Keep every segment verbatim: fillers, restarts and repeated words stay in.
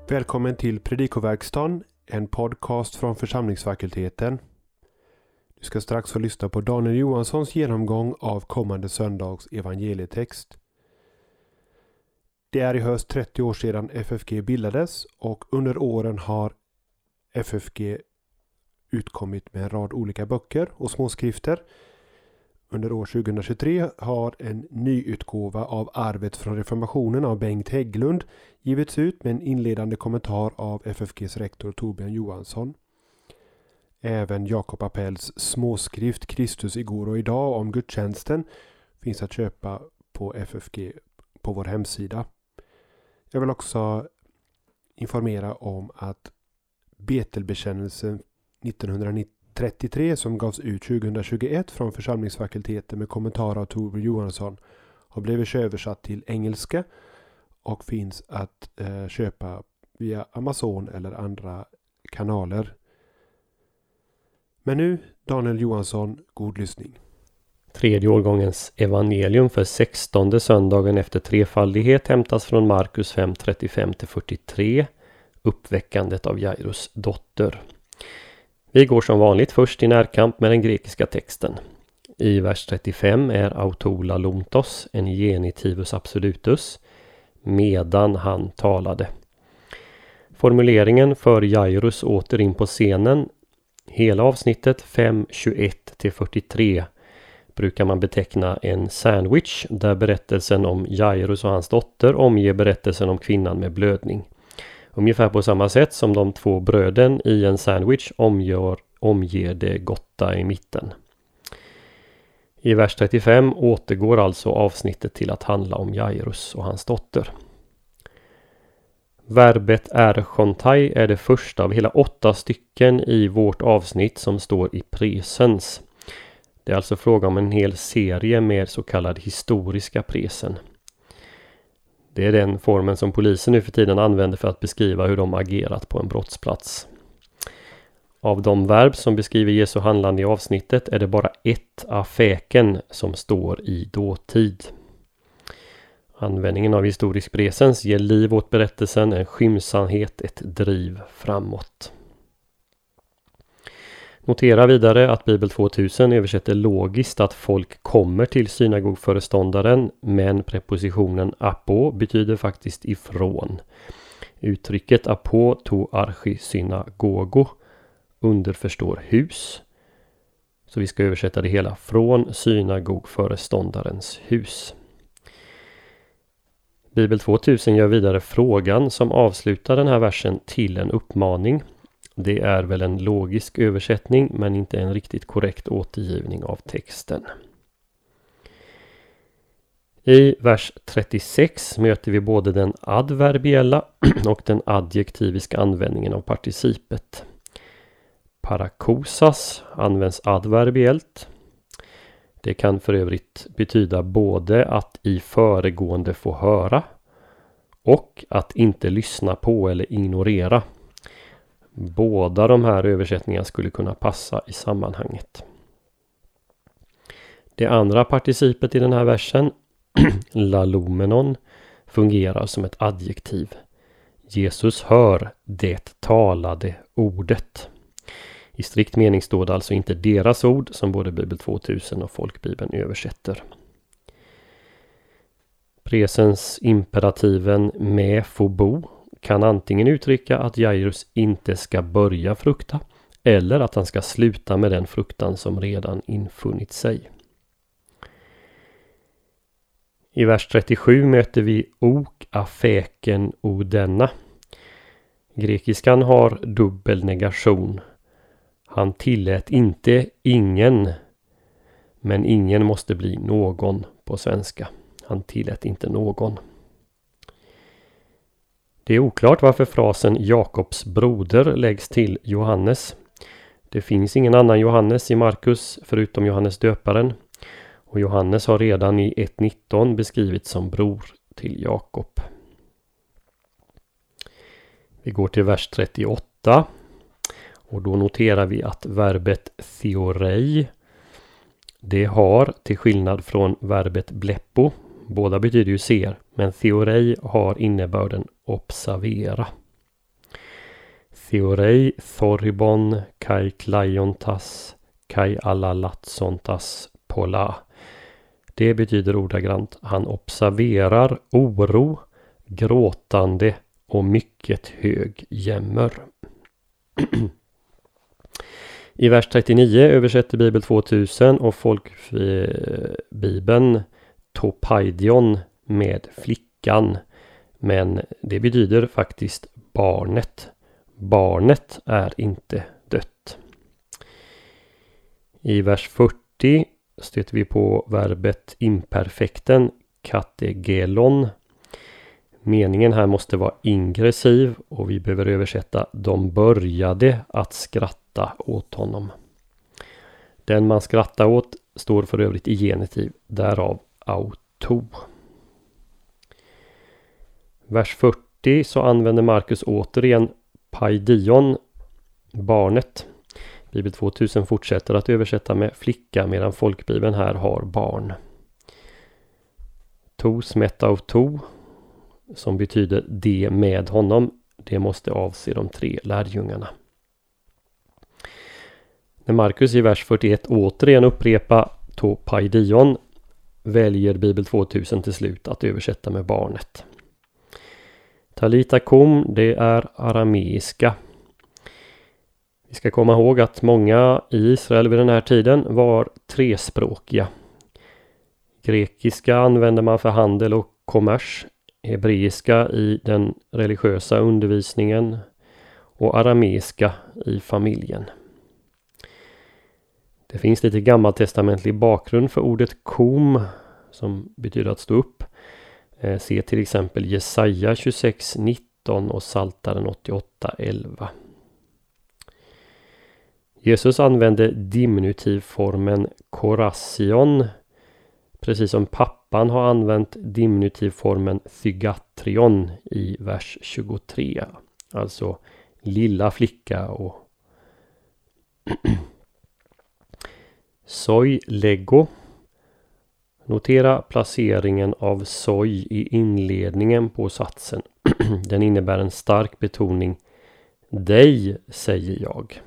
Välkommen till Predikoverkstan, en podcast från församlingsfakulteten. Du ska strax få lyssna på Daniel Johanssons genomgång av kommande söndags evangelietext. Det är i höst trettio år sedan F F G bildades och under åren har F F G utkommit med en rad olika böcker och småskrifter. Under år tjugohundratjugotre har en ny utgåva av Arvet från reformationen av Bengt Hägglund givits ut med en inledande kommentar av F F Gs rektor Torbjörn Johansson. Även Jakob Appells småskrift Kristus igår och idag om gudstjänsten finns att köpa på F F G på vår hemsida. Jag vill också informera om att Betelbekännelsen nittonhundratrettiotre som gavs ut tjugohundratjugoett från församlingsfakulteten med kommentarer av Torbjörn Johansson har blivit översatt till engelska och finns att eh, köpa via Amazon eller andra kanaler. Men nu, Daniel Johansson, god lyssning. Tredje årgångens evangelium för sextonde söndagen efter trefaldighet hämtas från Markus fem trettiofem till fyrtiotre, uppväckandet av Jairus dotter. Vi går som vanligt först i närkamp med den grekiska texten. I vers trettiofem är autola lontos en genitivus absolutus, medan han talade. Formuleringen för Jairus åter in på scenen. Hela avsnittet fem tjugoett till fyrtiotre brukar man beteckna en sandwich där berättelsen om Jairus och hans dotter omger berättelsen om kvinnan med blödning. Ungefär på samma sätt som de två bröden i en sandwich omgör, omger det gotta i mitten. I vers trettiofem återgår alltså avsnittet till att handla om Jairus och hans dotter. Verbet erchontai är det första av hela åtta stycken i vårt avsnitt som står i presens. Det är alltså fråga om en hel serie med så kallad historiska presen. Det är den formen som polisen nu för tiden använder för att beskriva hur de agerat på en brottsplats. Av de verb som beskriver Jesu handlande i avsnittet är det bara ett afäken som står i dåtid. Användningen av historisk presens ger liv åt berättelsen, en skymsamhet, ett driv framåt. Notera vidare att Bibel tvåtusen översätter logiskt att folk kommer till synagogföreståndaren, men prepositionen apo betyder faktiskt ifrån. Uttrycket apo to archi synagogo underförstår hus. Så vi ska översätta det hela från synagogföreståndarens hus. Bibel tvåtusen gör vidare frågan som avslutar den här versen till en uppmaning. Det är väl en logisk översättning men inte en riktigt korrekt återgivning av texten. I vers trettiosex möter vi både den adverbiella och den adjektiviska användningen av participet. Parakosas används adverbiellt. Det kan för övrigt betyda både att i föregående få höra och att inte lyssna på eller ignorera. Båda de här översättningarna skulle kunna passa i sammanhanget. Det andra participet i den här versen, lalomenon, fungerar som ett adjektiv. Jesus hör det talade ordet. I strikt mening står det alltså inte deras ord som både Bibel tvåtusen och Folkbibeln översätter. Presens imperativen med fobo kan antingen uttrycka att Jairus inte ska börja frukta eller att han ska sluta med den fruktan som redan infunnit sig. I vers trettiosju möter vi ok afäken odenna. Grekiskan har dubbel negation. Han tillät inte ingen, men ingen måste bli någon på svenska. Han tillät inte någon. Det är oklart varför frasen Jakobs broder läggs till Johannes. Det finns ingen annan Johannes i Markus förutom Johannes döparen. Och Johannes har redan i ett nitton beskrivits som bror till Jakob. Vi går till vers trettioåtta. Och då noterar vi att verbet theorei, det har till skillnad från verbet bleppo, båda betyder ju ser, men theorei har innebörden observera. Theorei thoribon kai klaiontas kai alalatsontas pola. Det betyder ordagrant: han observerar oro, gråtande och mycket hög jämmer. I vers trettionio översätter Bibel tvåtusen och folkbibeln topaidion med flickan. Men det betyder faktiskt barnet. Barnet är inte dött. I vers fyrtio stöter vi på verbet imperfekten kategelon. Meningen här måste vara ingressiv och vi behöver översätta: de började att skratta åt honom. Den man skrattar åt står för övrigt i genitiv, därav auto. Vers fyrtio så använder Markus återigen paidion, barnet. Bibel tvåtusen fortsätter att översätta med flicka medan folkbibeln här har barn. Tos metauto, som betyder det med honom, det måste avse de tre lärjungarna. När Markus i vers fyrtioett återigen upprepar to paidion väljer Bibel tvåtusen till slut att översätta med barnet. Talita kum, det är arameiska. Vi ska komma ihåg att många i Israel vid den här tiden var trespråkiga. Grekiska använde man för handel och kommers, hebreiska i den religiösa undervisningen och arameiska i familjen. Det finns lite gammaltestamentlig bakgrund för ordet kum som betyder att stå upp. Se till exempel Jesaja tjugosex nitton och Psaltaren åttioåtta elva. Jesus använde diminutivformen koration, precis som pappan har använt diminutivformen thygatrion i vers tjugotre. Alltså lilla flicka och soi lego. Notera placeringen av soi i inledningen på satsen. Den innebär en stark betoning. Dig säger jag.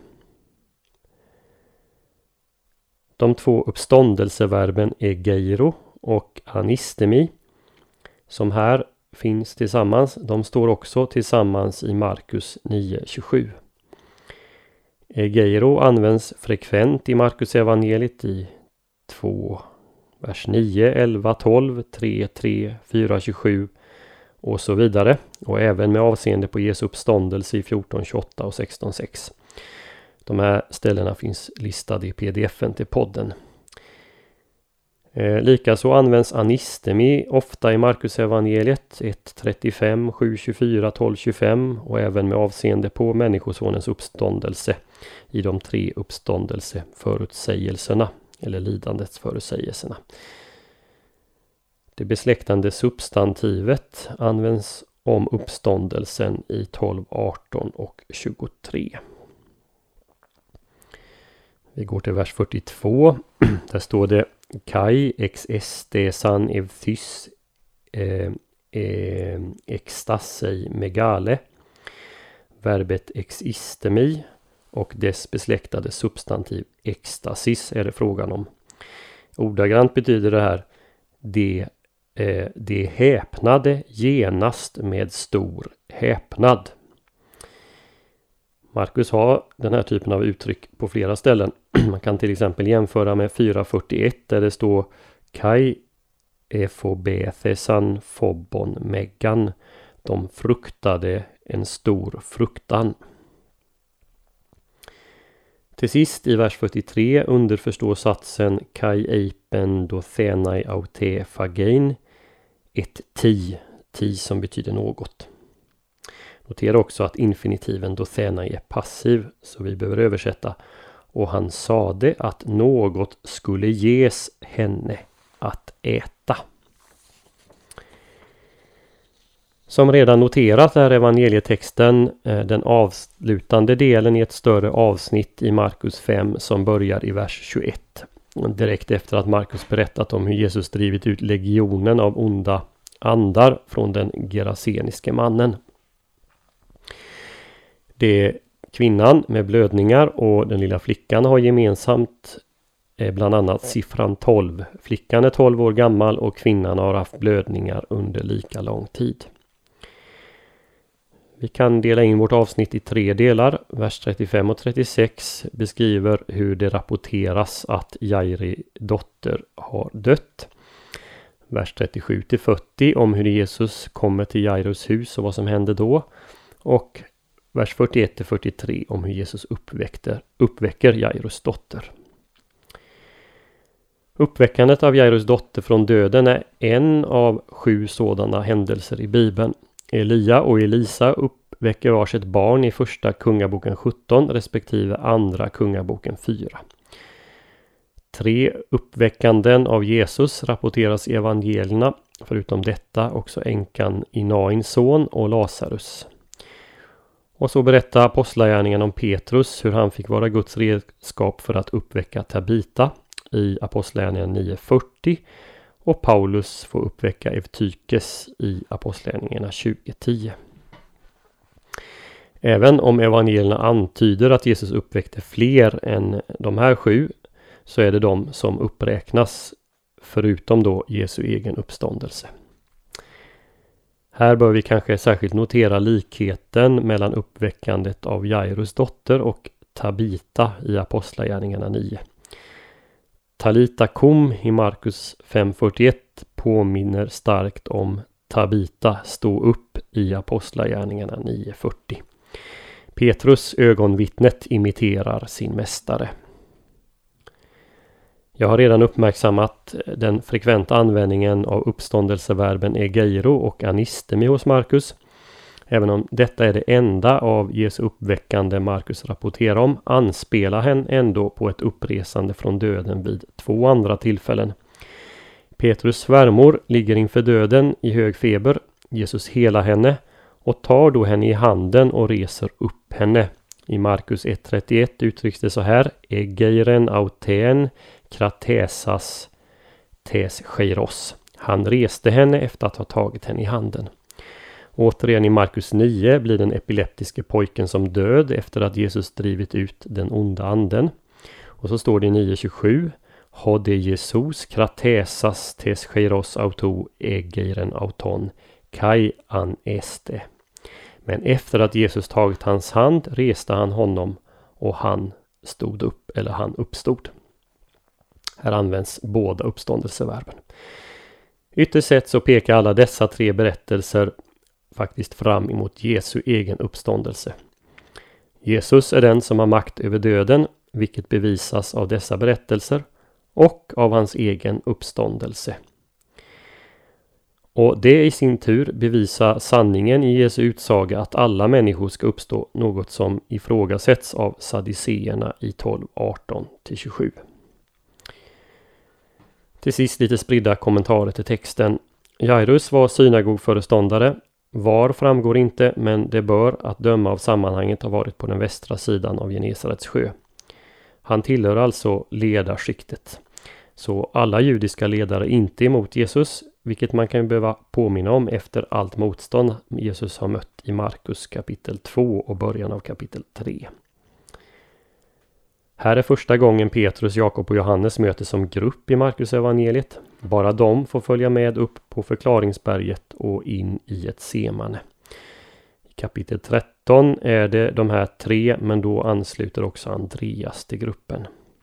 De två uppståndelseverben egeiro och anistemi, som här finns tillsammans, de står också tillsammans i Markus nio tjugosju. Egeiro används frekvent i Markus evangeliet i två vers nio, elva, tolv, tre, tre, fyra, tjugosju och så vidare. Och även med avseende på Jesu uppståndelse i fjorton tjugoåtta och sexton sex. De här ställena finns listade i pdf-en till podden. Eh, likaså används anistemi ofta i Markus evangeliet ett trettiofem, sju tjugofyra, tolv tjugofem och även med avseende på människosonens uppståndelse i de tre uppståndelseförutsägelserna eller lidandets förutsägelserna. Det besläktande substantivet används om uppståndelsen i tolv, arton och tjugotre. Vi går till vers fyrtiotvå. Där står det Kai ex estesan evthys eh, eh, extasei megale. Verbet existemi och dess besläktade substantiv extasis är det frågan om. Ordagrant betyder det här det, eh, det häpnade genast med stor häpnad. Markus har den här typen av uttryck på flera ställen. Man kan till exempel jämföra med fyra fyrtioett där det står Kai efobethesan phobon megan. De fruktade en stor fruktan. Till sist i vers fyrtiotre underförstår satsen Kai eipen dothenai aute fagein. Ett ti, ti som betyder något. Notera också att infinitiven dothenai är passiv, så vi behöver översätta. Och han sade att något skulle ges henne att äta. Som redan noterat är evangelietexten den avslutande delen i ett större avsnitt i Markus fem som börjar i vers tjugoett. Direkt efter att Markus berättat om hur Jesus drivit ut legionen av onda andar från den geraseniske mannen. Det Kvinnan med blödningar och den lilla flickan har gemensamt eh, bland annat siffran tolv. Flickan är tolv år gammal och kvinnan har haft blödningar under lika lång tid. Vi kan dela in vårt avsnitt i tre delar. Vers trettiofem och trettiosex beskriver hur det rapporteras att Jairi dotter har dött. Vers trettiosju till fyrtio om hur Jesus kommer till Jairus hus och vad som händer då. Och vers fyrtioett till fyrtiotre om hur Jesus uppväcker, uppväcker Jairus dotter. Uppväckandet av Jairus dotter från döden är en av sju sådana händelser i Bibeln. Elia och Elisa uppväcker varsitt barn i första kungaboken sjutton respektive andra kungaboken fyra. Tre uppväckanden av Jesus rapporteras i evangelierna, förutom detta också änkan i Nains son och Lazarus. Och så berättar apostlagärningarna om Petrus, hur han fick vara Guds redskap för att uppväcka Tabita i apostlagärningarna nio fyrtio, och Paulus får uppväcka Evtykes i apostlagärningarna tjugo tio. Även om evangelierna antyder att Jesus uppväckte fler än de här sju, så är det de som uppräknas, förutom då Jesu egen uppståndelse. Här bör vi kanske särskilt notera likheten mellan uppväckandet av Jairus dotter och Tabita i apostlagärningarna nio. Talita kum i Markus fem fyrtioett påminner starkt om Tabita stå upp i apostlagärningarna nio fyrtio. Petrus, ögonvittnet, imiterar sin mästare. Jag har redan uppmärksammat den frekventa användningen av uppståndelseverben egeiro och anistemi hos Markus. Även om detta är det enda av Jesu uppväckande Markus rapporterar om, anspelar han ändå på ett uppresande från döden vid två andra tillfällen. Petrus svärmor ligger inför döden i hög feber. Jesus helar henne och tar då henne i handen och reser upp henne. I Markus ett trettioett uttrycks det så här: egeiren auten kratesas tes cheiros. Han reste henne efter att ha tagit henne i handen. Återigen i Markus nio blir den epileptiske pojken som död efter att Jesus drivit ut den onda anden. Och så står det i nio tjugosju: hode Jesus kratesas tes cheiros auto egeiren auton kai an este. Men efter att Jesus tagit hans hand reste han honom och han stod upp, eller han uppstod. Här används båda uppståndelseverben. Ytterst sett så pekar alla dessa tre berättelser faktiskt fram emot Jesu egen uppståndelse. Jesus är den som har makt över döden, vilket bevisas av dessa berättelser och av hans egen uppståndelse. Och det i sin tur bevisar sanningen i Jesu utsaga att alla människor ska uppstå, något som ifrågasätts av sadduceerna i tolv arton till tjugosju. Till sist lite spridda kommentarer till texten. Jairus var synagogföreståndare. Var framgår inte, men det bör att döma av sammanhanget ha varit på den västra sidan av Genesarets sjö. Han tillhör alltså ledarskiktet. Så alla judiska ledare är inte emot Jesus, vilket man kan behöva påminna om efter allt motstånd Jesus har mött i Markus kapitel två och början av kapitel tre. Här är första gången Petrus, Jakob och Johannes möter som grupp i Markus evangeliet. Bara de får följa med upp på förklaringsberget och in i ett semane. I kapitel tretton är det de här tre, men då ansluter också Andreas till gruppen.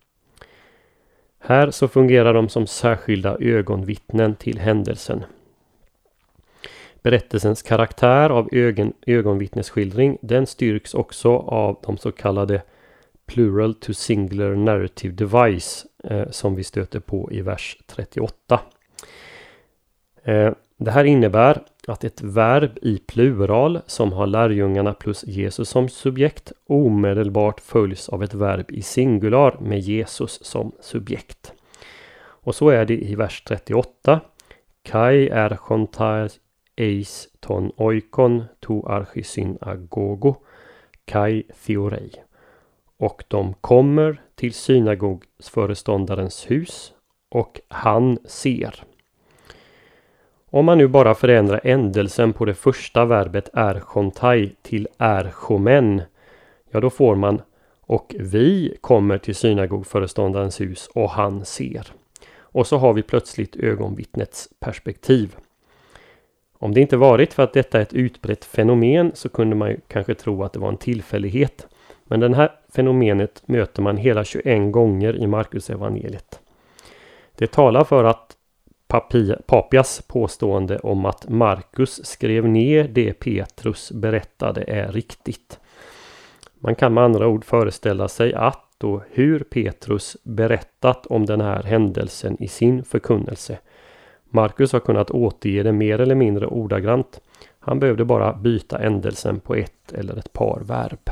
Här så fungerar de som särskilda ögonvittnen till händelsen. Berättelsens karaktär av ögon, ögonvittnesskildring, den styrks också av de så kallade plural to singular narrative device eh, som vi stöter på i vers trettioåtta. Eh, det här innebär att ett verb i plural som har lärjungarna plus Jesus som subjekt omedelbart följs av ett verb i singular med Jesus som subjekt. Och så är det i vers trettioåtta. Kai erchontais eis ton oikon to archisyn agogo kai theorei. Och de kommer till synagogsföreståndarens hus och han ser. Om man nu bara förändrar ändelsen på det första verbet erchontai till erchomen, ja då får man och vi kommer till synagogföreståndarens hus och han ser. Och så har vi plötsligt ögonvittnets perspektiv. Om det inte varit för att detta är ett utbrett fenomen så kunde man ju kanske tro att det var en tillfällighet. Men det här fenomenet möter man hela tjugoen gånger i Markus evangeliet. Det talar för att Papi- Papias påstående om att Markus skrev ner det Petrus berättade är riktigt. Man kan med andra ord föreställa sig att och hur Petrus berättat om den här händelsen i sin förkunnelse. Markus har kunnat återge det mer eller mindre ordagrant. Han behövde bara byta ändelsen på ett eller ett par verb.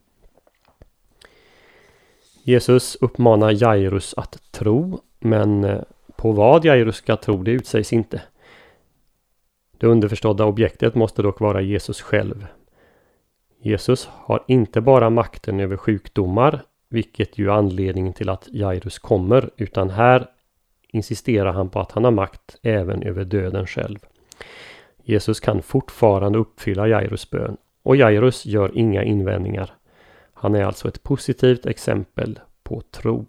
Jesus uppmanar Jairus att tro, men på vad Jairus ska tro det utsägs inte. Det underförstådda objektet måste dock vara Jesus själv. Jesus har inte bara makten över sjukdomar, vilket ju är anledningen till att Jairus kommer, utan här insisterar han på att han har makt även över döden själv. Jesus kan fortfarande uppfylla Jairus bön och Jairus gör inga invändningar. Han är alltså ett positivt exempel på tro.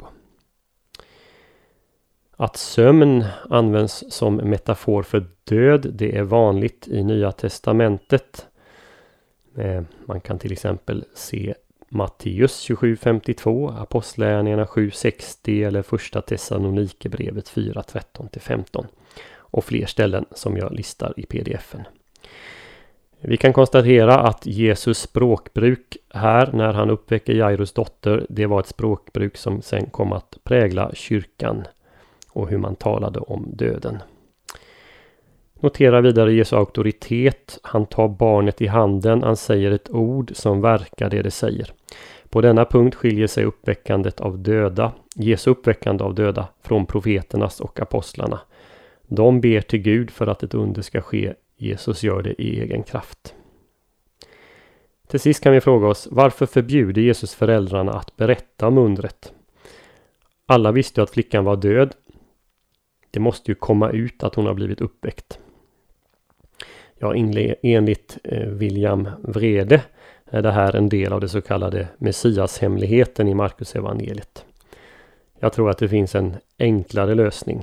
Att sömn används som metafor för död, det är vanligt i Nya testamentet. Man kan till exempel se Matteus tjugosju femtiotvå, Apostlagärningarna sju sextio eller första Thessalonikerbrevet fyra tretton till femton och fler ställen som jag listar i pdf-en. Vi kan konstatera att Jesus språkbruk här när han uppväcker Jairus dotter, det var ett språkbruk som sen kom att prägla kyrkan och hur man talade om döden. Notera vidare Jesu auktoritet. Han tar barnet i handen. Han säger ett ord som verkar det det säger. På denna punkt skiljer sig uppväckandet av döda, Jesu uppväckande av döda, från profeternas och apostlarna. De ber till Gud för att ett under ska ske. Jesus gör det i egen kraft. Till sist kan vi fråga oss, varför förbjuder Jesus föräldrarna att berätta om undret? Alla visste att flickan var död. Det måste ju komma ut att hon har blivit uppväckt. Ja, enligt William Vrede är det här en del av det så kallade Messias-hemligheten i Markus evangeliet. Jag tror att det finns en enklare lösning.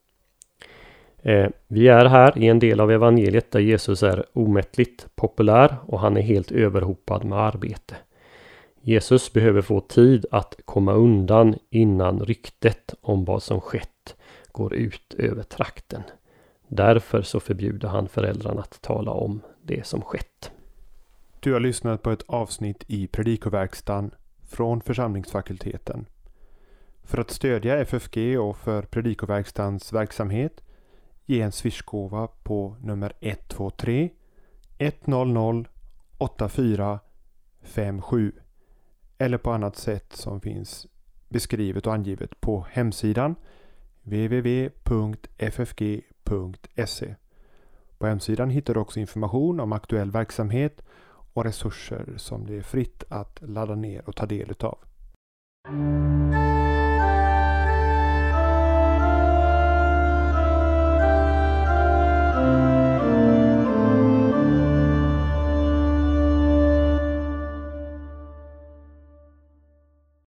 Vi är här i en del av evangeliet där Jesus är omättligt populär och han är helt överhopad med arbete. Jesus behöver få tid att komma undan innan ryktet om vad som skett går ut över trakten. Därför så förbjuder han föräldrarna att tala om det som skett. Du har lyssnat på ett avsnitt i Predikoverkstan från församlingsfakulteten. För att stödja F F G och för Predikoverkstans verksamhet, ge en swishgåva på nummer ett två tre ett noll noll åtta fyra fem sju eller på annat sätt som finns beskrivet och angivet på hemsidan w w w punkt f f g punkt s e. På hemsidan hittar du också information om aktuell verksamhet och resurser som det är fritt att ladda ner och ta del utav.